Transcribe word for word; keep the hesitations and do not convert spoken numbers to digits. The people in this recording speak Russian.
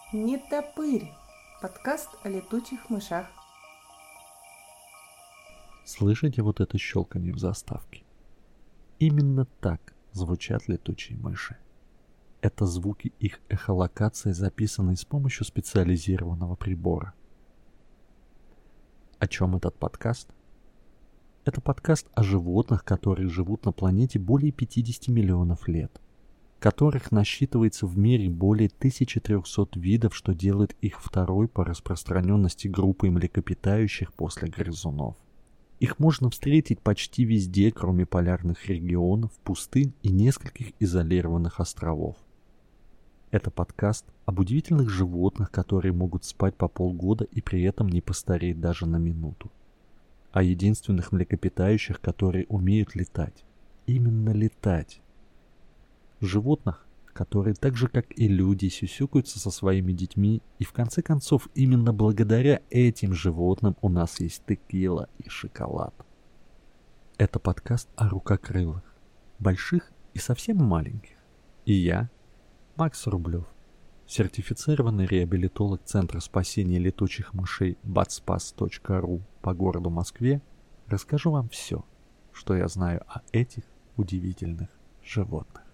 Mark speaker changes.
Speaker 1: Не топырь. Подкаст о летучих мышах.
Speaker 2: Слышите вот это щелканье в заставке? Именно так звучат летучие мыши. Это звуки их эхолокации, записанные с помощью специализированного прибора. О чем этот подкаст? Это подкаст о животных, которые живут на планете более пятидесяти миллионов лет, которых насчитывается в мире более тысячи трёхсот видов, что делает их второй по распространенности группой млекопитающих после грызунов. Их можно встретить почти везде, кроме полярных регионов, пустынь и нескольких изолированных островов. Это подкаст об удивительных животных, которые могут спать по полгода и при этом не постареть даже на минуту. О единственных млекопитающих, которые умеют летать. Именно летать. Животных, которые так же, как и люди, сюсюкаются со своими детьми, и в конце концов именно благодаря этим животным у нас есть текила и шоколад. Это подкаст о рукокрылых, больших и совсем маленьких. И я, Макс Рублев, сертифицированный реабилитолог Центра спасения летучих мышей батспас точка ру по городу Москве, расскажу вам все, что я знаю о этих удивительных животных.